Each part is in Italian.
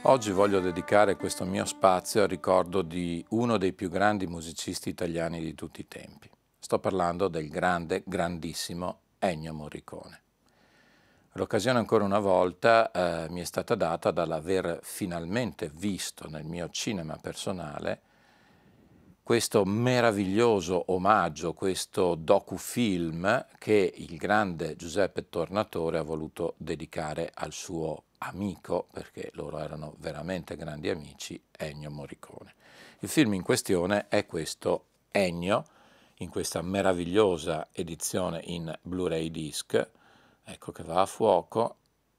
Oggi voglio dedicare questo mio spazio al ricordo di uno dei più grandi musicisti italiani di tutti i tempi. Sto parlando del grande, grandissimo Ennio Morricone. L'occasione ancora una volta mi è stata data dall'aver finalmente visto nel mio cinema personale questo meraviglioso omaggio, questo docufilm che il grande Giuseppe Tornatore ha voluto dedicare al suo amico, perché loro erano veramente grandi amici, Ennio Morricone. Il film in questione è questo Ennio, in questa meravigliosa edizione in Blu-ray disc, ecco che va a fuoco,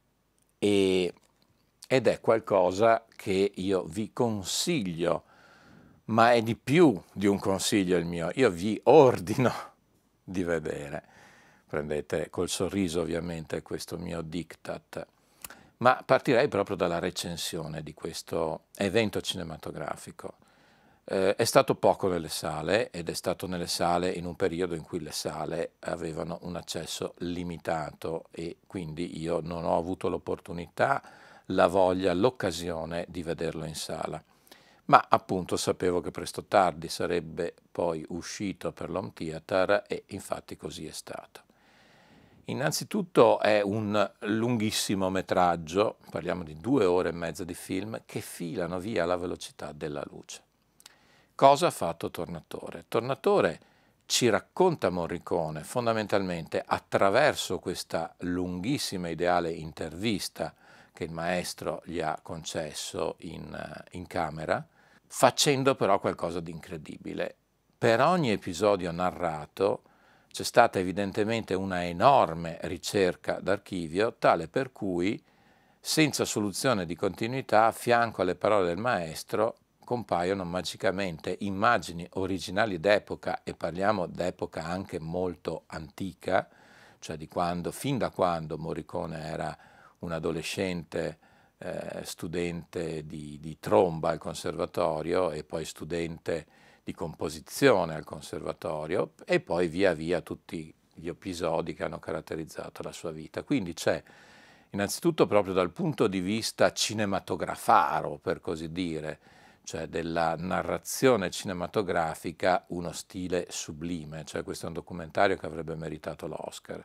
ed è qualcosa che io vi consiglio, ma è di più di un consiglio il mio, io vi ordino di vedere. Prendete col sorriso ovviamente questo mio diktat, ma partirei proprio dalla recensione di questo evento cinematografico. È stato poco nelle sale ed è stato nelle sale in un periodo in cui le sale avevano un accesso limitato e quindi io non ho avuto l'opportunità, la voglia, l'occasione di vederlo in sala. Ma appunto sapevo che presto o tardi sarebbe poi uscito per l'home theater e infatti così è stato. Innanzitutto è un lunghissimo metraggio, parliamo di 2 ore e mezza di film, che filano via alla velocità della luce. Cosa ha fatto Tornatore? Tornatore ci racconta Morricone fondamentalmente attraverso questa lunghissima ideale intervista che il maestro gli ha concesso in camera, facendo però qualcosa di incredibile. Per ogni episodio narrato c'è stata evidentemente una enorme ricerca d'archivio, tale per cui, senza soluzione di continuità, a fianco alle parole del maestro compaiono magicamente immagini originali d'epoca, e parliamo d'epoca anche molto antica, cioè di quando, fin da quando Morricone era un adolescente studente di tromba al conservatorio e poi studente di composizione al conservatorio e poi via via tutti gli episodi che hanno caratterizzato la sua vita. Quindi c'è innanzitutto proprio dal punto di vista cinematografaro, per così dire, cioè della narrazione cinematografica, uno stile sublime, cioè questo è un documentario che avrebbe meritato l'Oscar.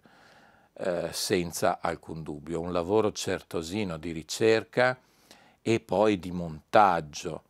Senza alcun dubbio, un lavoro certosino di ricerca e poi di montaggio.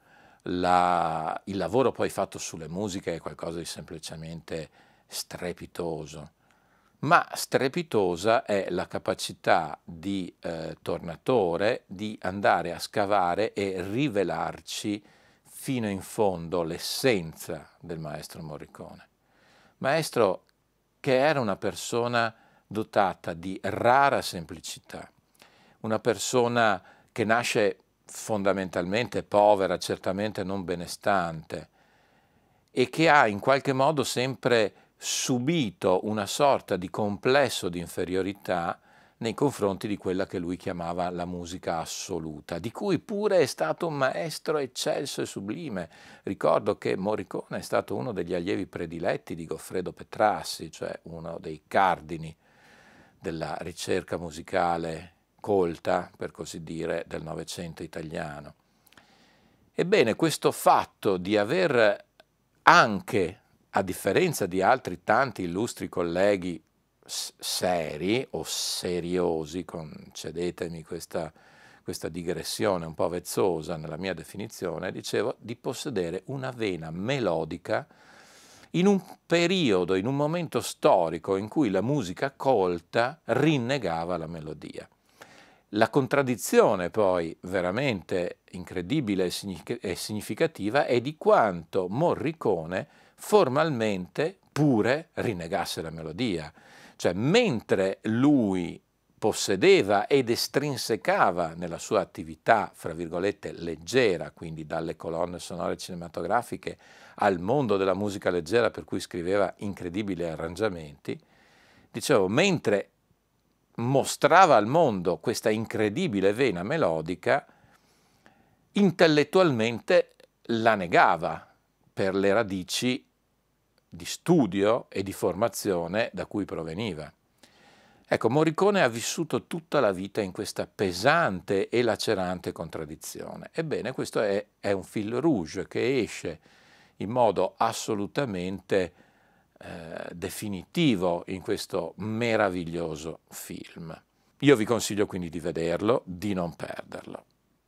Il lavoro poi fatto sulle musiche è qualcosa di semplicemente strepitoso, ma strepitosa è la capacità di Tornatore di andare a scavare e rivelarci fino in fondo l'essenza del maestro Morricone. Maestro che era una persona dotata di rara semplicità, una persona che nasce fondamentalmente povera, certamente non benestante, e che ha in qualche modo sempre subito una sorta di complesso di inferiorità nei confronti di quella che lui chiamava la musica assoluta, di cui pure è stato un maestro eccelso e sublime. Ricordo che Morricone è stato uno degli allievi prediletti di Goffredo Petrassi, cioè uno dei cardini della ricerca musicale colta, per così dire, del Novecento italiano. Ebbene, questo fatto di aver anche, a differenza di altri tanti illustri colleghi seri o seriosi, concedetemi questa digressione un po' vezzosa nella mia definizione, dicevo, di possedere una vena melodica in un periodo, in un momento storico in cui la musica colta rinnegava la melodia. La contraddizione poi veramente incredibile e significativa è di quanto Morricone formalmente pure rinnegasse la melodia. Cioè, mentre lui possedeva ed estrinsecava nella sua attività, fra virgolette, leggera, quindi dalle colonne sonore cinematografiche al mondo della musica leggera per cui scriveva incredibili arrangiamenti, dicevo, mentre mostrava al mondo questa incredibile vena melodica, intellettualmente la negava per le radici di studio e di formazione da cui proveniva. Ecco, Morricone ha vissuto tutta la vita in questa pesante e lacerante contraddizione. Ebbene, questo è un fil rouge che esce in modo assolutamente definitivo in questo meraviglioso film. Io vi consiglio quindi di vederlo, di non perderlo.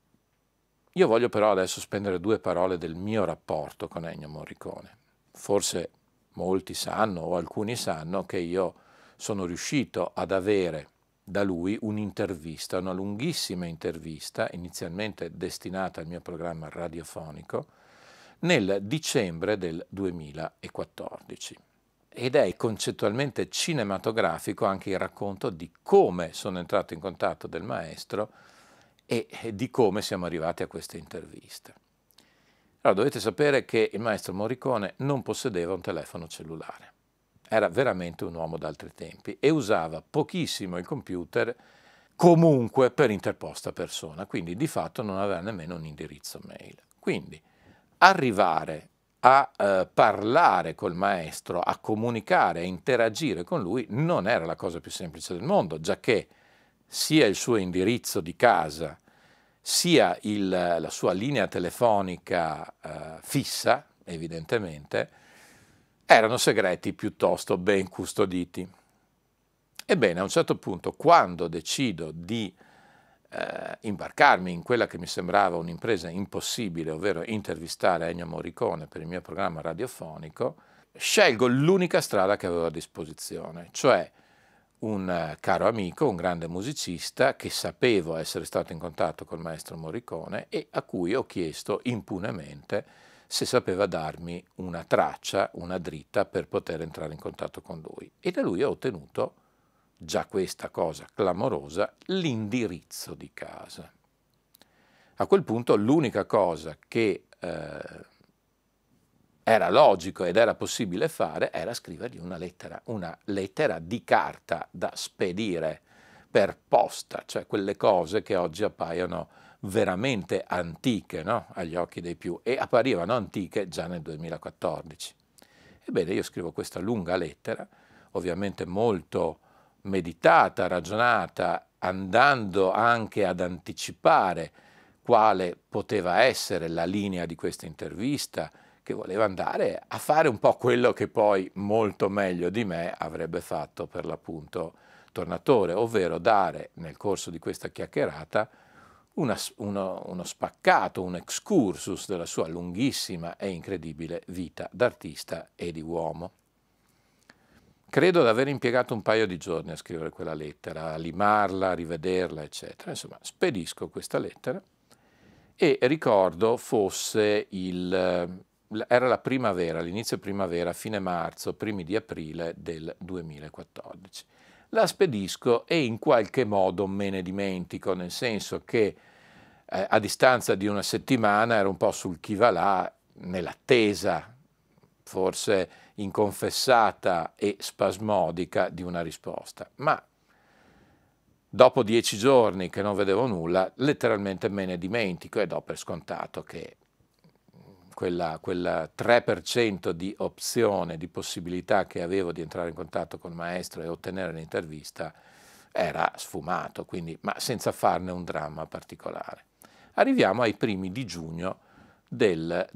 Io voglio però adesso spendere 2 parole del mio rapporto con Ennio Morricone. Forse molti sanno o alcuni sanno che io sono riuscito ad avere da lui un'intervista, una lunghissima intervista, inizialmente destinata al mio programma radiofonico, nel dicembre del 2014. Ed è concettualmente cinematografico anche il racconto di come sono entrato in contatto del maestro e di come siamo arrivati a questa intervista. Allora, dovete sapere che il maestro Morricone non possedeva un telefono cellulare. Era veramente un uomo d'altri tempi e usava pochissimo il computer comunque per interposta persona, quindi di fatto non aveva nemmeno un indirizzo mail. Quindi arrivare a parlare col maestro, a comunicare, a interagire con lui non era la cosa più semplice del mondo, giacché sia il suo indirizzo di casa, sia la sua linea telefonica fissa, evidentemente, erano segreti piuttosto ben custoditi. Ebbene, a un certo punto, quando decido di imbarcarmi in quella che mi sembrava un'impresa impossibile, ovvero intervistare Ennio Morricone per il mio programma radiofonico, scelgo l'unica strada che avevo a disposizione, cioè un caro amico, un grande musicista che sapevo essere stato in contatto col maestro Morricone e a cui ho chiesto impunemente se sapeva darmi una traccia, una dritta per poter entrare in contatto con lui. E da lui ho ottenuto, già questa cosa clamorosa, l'indirizzo di casa. A quel punto l'unica cosa che era logico ed era possibile fare era scrivergli una lettera di carta da spedire per posta, cioè quelle cose che oggi appaiono veramente antiche, no? Agli occhi dei più, e apparivano antiche già nel 2014. Ebbene, io scrivo questa lunga lettera, ovviamente molto meditata, ragionata, andando anche ad anticipare quale poteva essere la linea di questa intervista, che voleva andare a fare un po' quello che poi molto meglio di me avrebbe fatto per l'appunto Tornatore, ovvero dare nel corso di questa chiacchierata uno spaccato, un excursus della sua lunghissima e incredibile vita d'artista e di uomo. Credo di aver impiegato un paio di giorni a scrivere quella lettera, a limarla, a rivederla, eccetera. Insomma, spedisco questa lettera e ricordo fosse era la primavera, l'inizio primavera, fine marzo, primi di aprile del 2014. La spedisco e in qualche modo me ne dimentico, nel senso che a distanza di una settimana ero un po' sul chi va là, nell'attesa, forse inconfessata e spasmodica, di una risposta. Ma dopo 10 giorni che non vedevo nulla, letteralmente me ne dimentico e do per scontato che quella 3% di opzione, di possibilità che avevo di entrare in contatto col maestro e ottenere l'intervista era sfumato, quindi, ma senza farne un dramma particolare. Arriviamo ai primi di giugno del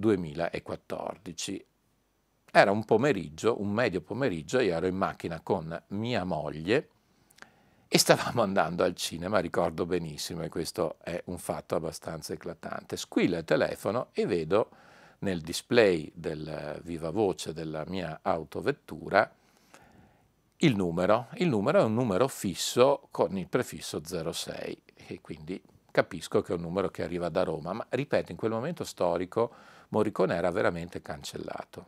2014. Era un pomeriggio, un medio pomeriggio, io ero in macchina con mia moglie e stavamo andando al cinema, ricordo benissimo, e questo è un fatto abbastanza eclatante. Squilla il telefono e vedo nel display del viva voce della mia autovettura il numero. Il numero è un numero fisso con il prefisso 06 e quindi capisco che è un numero che arriva da Roma, ma ripeto, in quel momento storico Morricone era veramente cancellato.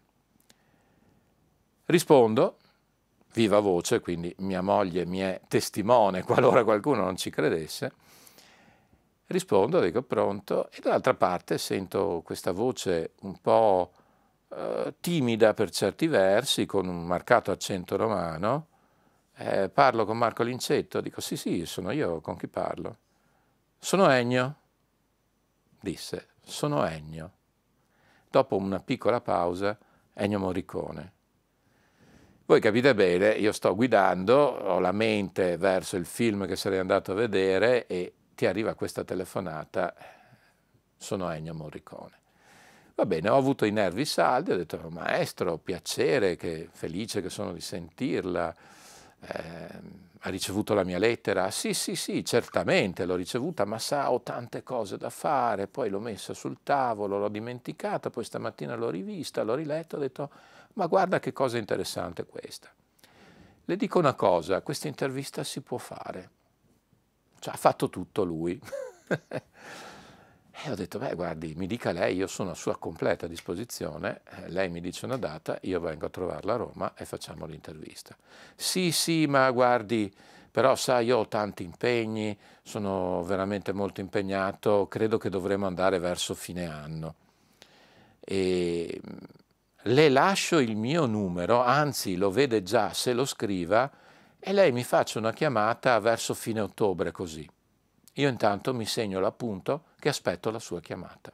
Rispondo, viva voce, quindi mia moglie mi è testimone qualora qualcuno non ci credesse. Rispondo, dico pronto, e dall'altra parte sento questa voce un po' timida per certi versi, con un marcato accento romano. Parlo con Marco Lincetto? Dico sì, sono io, con chi parlo? Sono Ennio, disse, sono Ennio. Dopo una piccola pausa, Ennio Morricone. Voi capite bene, io sto guidando, ho la mente verso il film che sarei andato a vedere e ti arriva questa telefonata, sono Ennio Morricone. Va bene, ho avuto i nervi saldi, ho detto, maestro, piacere, felice che sono di sentirla, ha ricevuto la mia lettera? Sì, sì, sì, certamente l'ho ricevuta, ma sa, ho tante cose da fare, poi l'ho messa sul tavolo, l'ho dimenticata, poi stamattina l'ho rivista, l'ho riletta, ho detto, ma guarda che cosa interessante questa. Le dico una cosa, questa intervista si può fare. Cioè, ha fatto tutto lui. E ho detto, beh, guardi, mi dica lei, io sono a sua completa disposizione, lei mi dice una data, io vengo a trovarla a Roma e facciamo l'intervista. Sì, sì, ma guardi, però sa, io ho tanti impegni, sono veramente molto impegnato, credo che dovremo andare verso fine anno. E le lascio il mio numero, anzi lo vede già se lo scriva, e lei mi faccia una chiamata verso fine ottobre così. Io intanto mi segno l'appunto che aspetto la sua chiamata.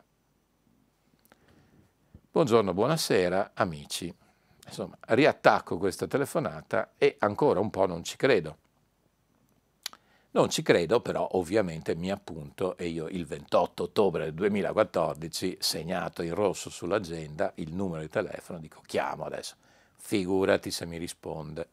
Buongiorno, buonasera, amici. Insomma, riattacco questa telefonata e ancora un po' non ci credo. Non ci credo, però ovviamente mi appunto e io il 28 ottobre del 2014, segnato in rosso sull'agenda, il numero di telefono, dico chiamo adesso, figurati se mi risponde.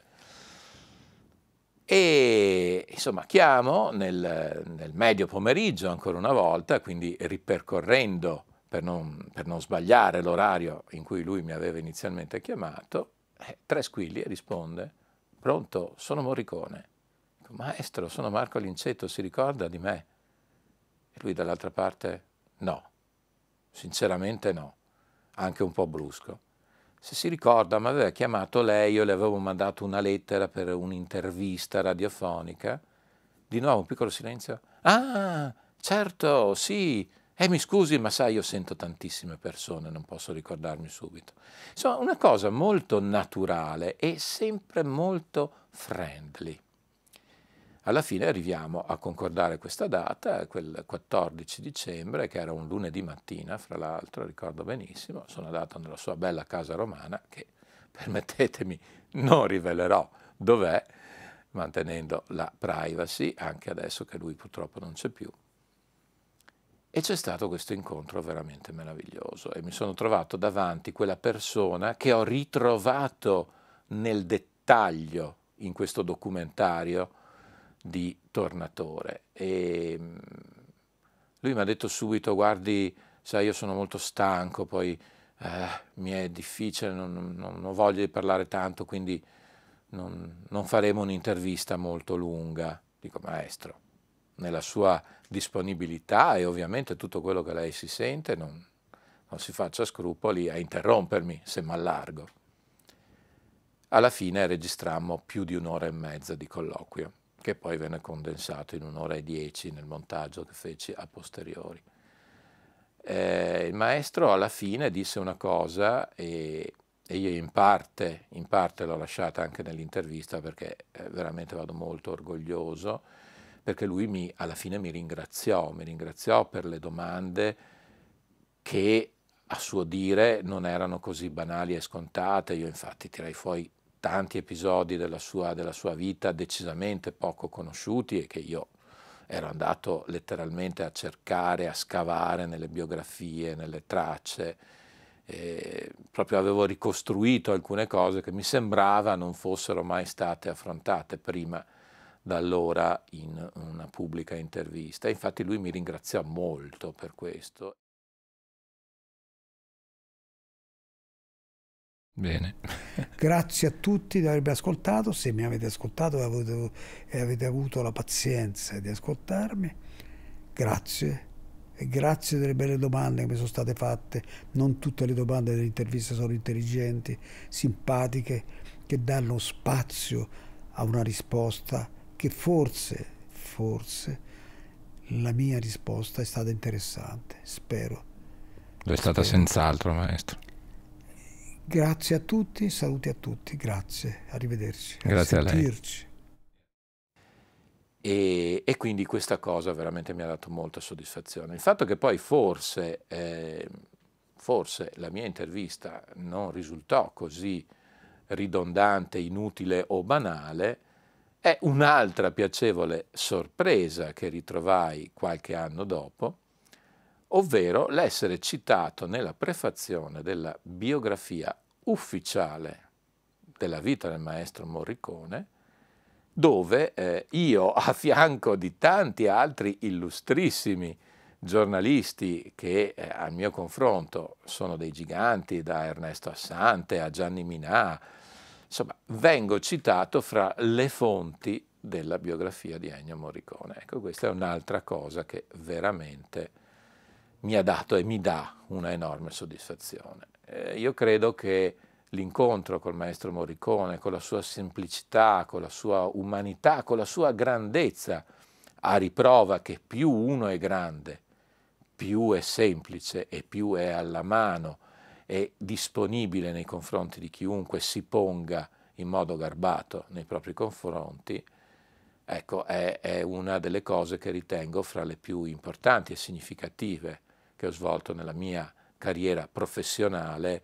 E insomma chiamo nel medio pomeriggio ancora una volta, quindi ripercorrendo per non sbagliare l'orario in cui lui mi aveva inizialmente chiamato, tre squilli e risponde, pronto, sono Morricone. Dico, maestro, sono Marco Lincetto, si ricorda di me? E lui dall'altra parte, no, sinceramente no, anche un po' brusco. Se si ricorda, mi aveva chiamato lei, io le avevo mandato una lettera per un'intervista radiofonica. Di nuovo un piccolo silenzio. Ah, certo, sì. Mi scusi, ma sai, io sento tantissime persone, non posso ricordarmi subito. Insomma, una cosa molto naturale e sempre molto friendly. Alla fine arriviamo a concordare questa data, quel 14 dicembre, che era un lunedì mattina, fra l'altro, ricordo benissimo, sono andato nella sua bella casa romana, che, permettetemi, non rivelerò dov'è, mantenendo la privacy, anche adesso che lui purtroppo non c'è più. E c'è stato questo incontro veramente meraviglioso e mi sono trovato davanti quella persona che ho ritrovato nel dettaglio in questo documentario di Tornatore. E lui mi ha detto subito, guardi, sai, io sono molto stanco, poi mi è difficile, non ho voglia di parlare tanto, quindi non faremo un'intervista molto lunga. Dico, maestro, nella sua disponibilità e ovviamente tutto quello che lei si sente, non si faccia scrupoli a interrompermi se m'allargo. Alla fine registrammo più di un'ora e mezza di colloquio, che poi venne condensato in un'ora e 10 nel montaggio che feci a posteriori. Il maestro alla fine disse una cosa e io in parte l'ho lasciata anche nell'intervista perché veramente vado molto orgoglioso, perché lui alla fine mi ringraziò per le domande che a suo dire non erano così banali e scontate. Io infatti tirai fuori tanti episodi della sua vita decisamente poco conosciuti e che io ero andato letteralmente a cercare, a scavare nelle biografie, nelle tracce, proprio avevo ricostruito alcune cose che mi sembrava non fossero mai state affrontate prima da allora in una pubblica intervista. E infatti lui mi ringraziò molto per questo. Bene. Grazie a tutti di avermi ascoltato, se mi avete ascoltato e avete avuto la pazienza di ascoltarmi, grazie. E grazie delle belle domande che mi sono state fatte. Non tutte le domande delle interviste sono intelligenti, simpatiche, che danno spazio a una risposta che forse la mia risposta è stata interessante. Spero. Lo è stata senz'altro, maestro. Grazie a tutti, saluti a tutti, grazie, arrivederci, Grazie a lei. sentirci. E quindi questa cosa veramente mi ha dato molta soddisfazione. Il fatto che poi forse la mia intervista non risultò così ridondante, inutile o banale, è un'altra piacevole sorpresa che ritrovai qualche anno dopo, ovvero l'essere citato nella prefazione della biografia ufficiale della vita del maestro Morricone, dove io, a fianco di tanti altri illustrissimi giornalisti che al mio confronto sono dei giganti, da Ernesto Assante a Gianni Minà, insomma, vengo citato fra le fonti della biografia di Ennio Morricone. Ecco, questa è un'altra cosa che veramente mi ha dato e mi dà una enorme soddisfazione. Io credo che l'incontro col maestro Morricone, con la sua semplicità, con la sua umanità, con la sua grandezza, a riprova che più uno è grande, più è semplice e più è alla mano, è disponibile nei confronti di chiunque si ponga in modo garbato nei propri confronti, ecco, è una delle cose che ritengo fra le più importanti e significative che ho svolto nella mia carriera professionale,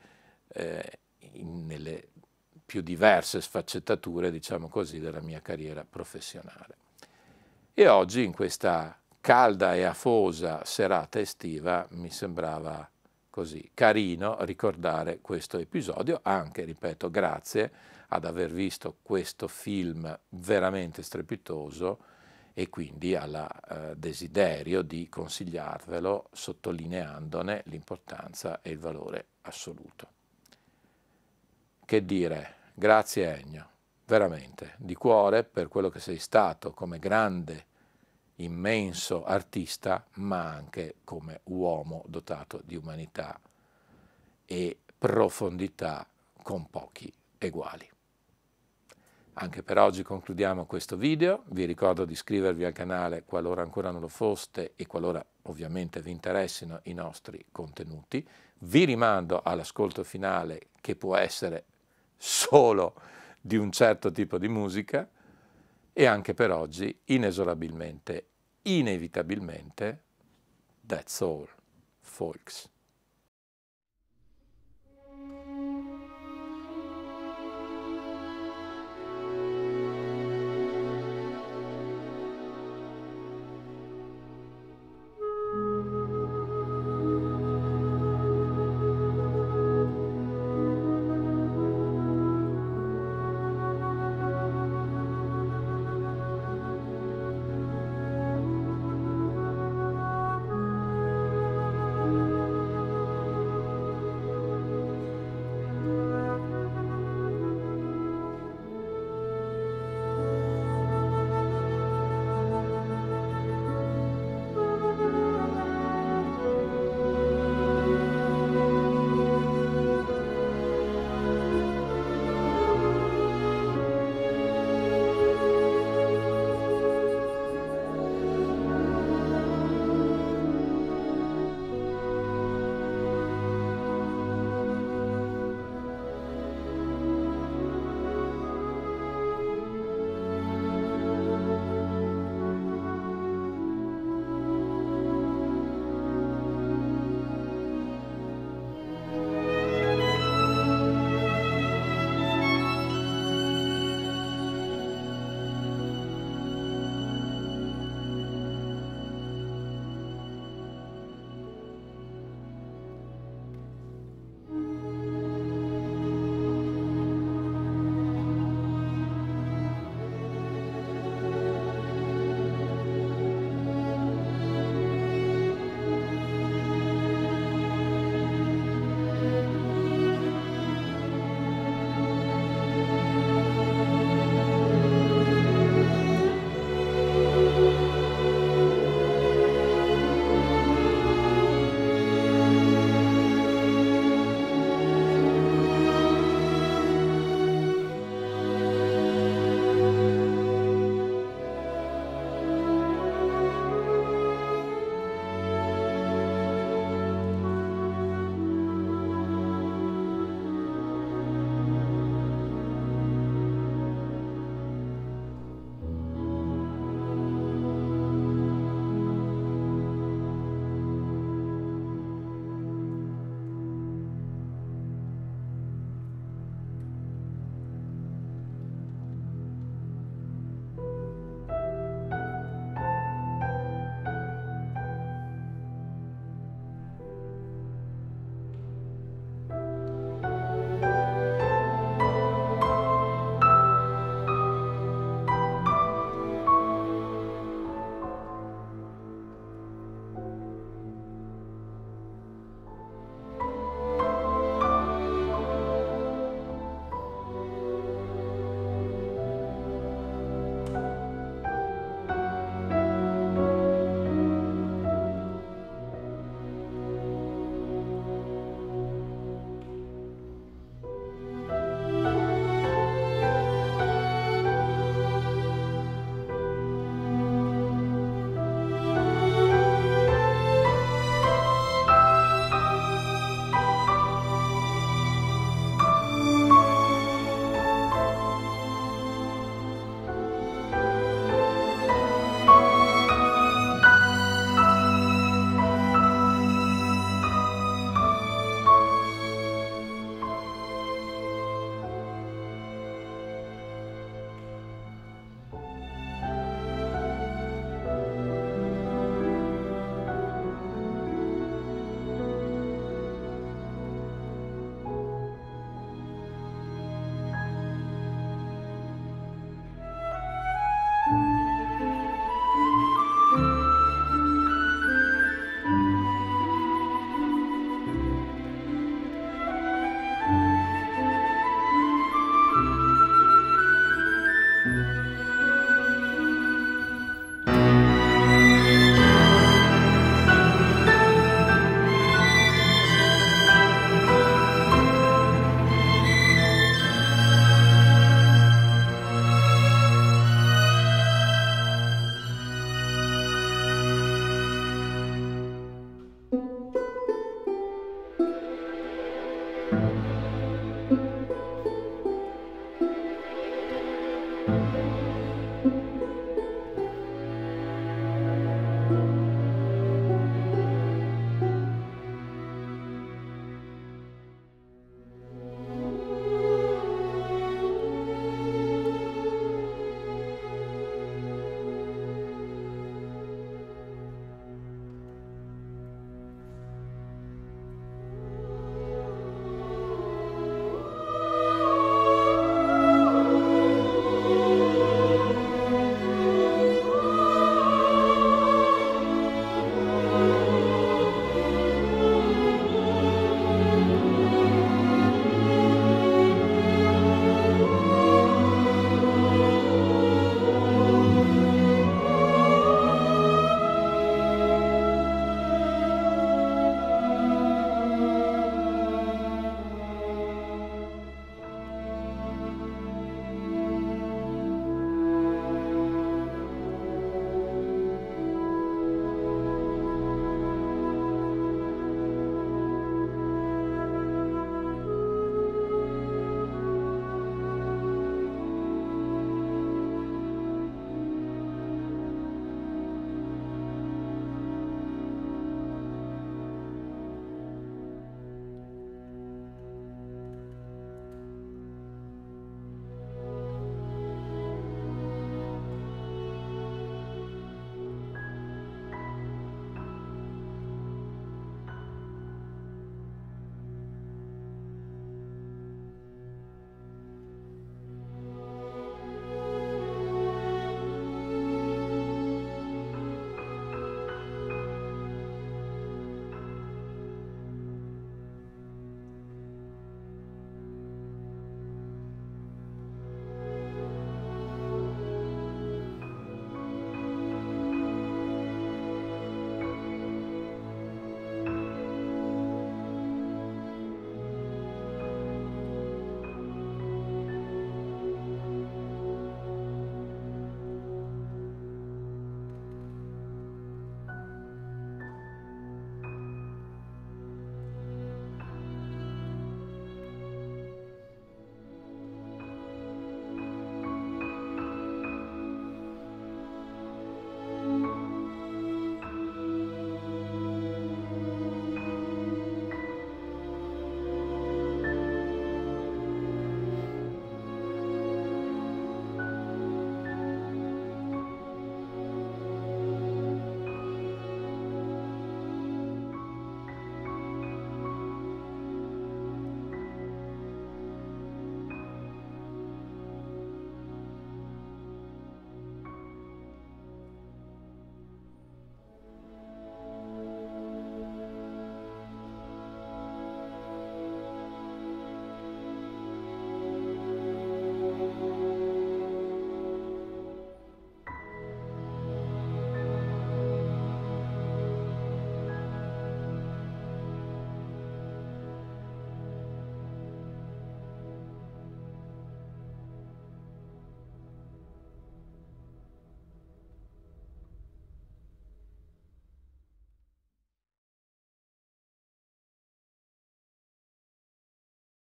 nelle più diverse sfaccettature, diciamo così, della mia carriera professionale. E oggi, in questa calda e afosa serata estiva, mi sembrava così carino ricordare questo episodio, anche, ripeto, grazie ad aver visto questo film veramente strepitoso e quindi al desiderio di consigliarvelo sottolineandone l'importanza e il valore assoluto. Che dire, grazie Ennio, veramente, di cuore per quello che sei stato come grande, immenso artista, ma anche come uomo dotato di umanità e profondità con pochi eguali. Anche per oggi concludiamo questo video, vi ricordo di iscrivervi al canale qualora ancora non lo foste e qualora ovviamente vi interessino i nostri contenuti. Vi rimando all'ascolto finale che può essere solo di un certo tipo di musica e anche per oggi inesorabilmente, inevitabilmente, that's all, folks.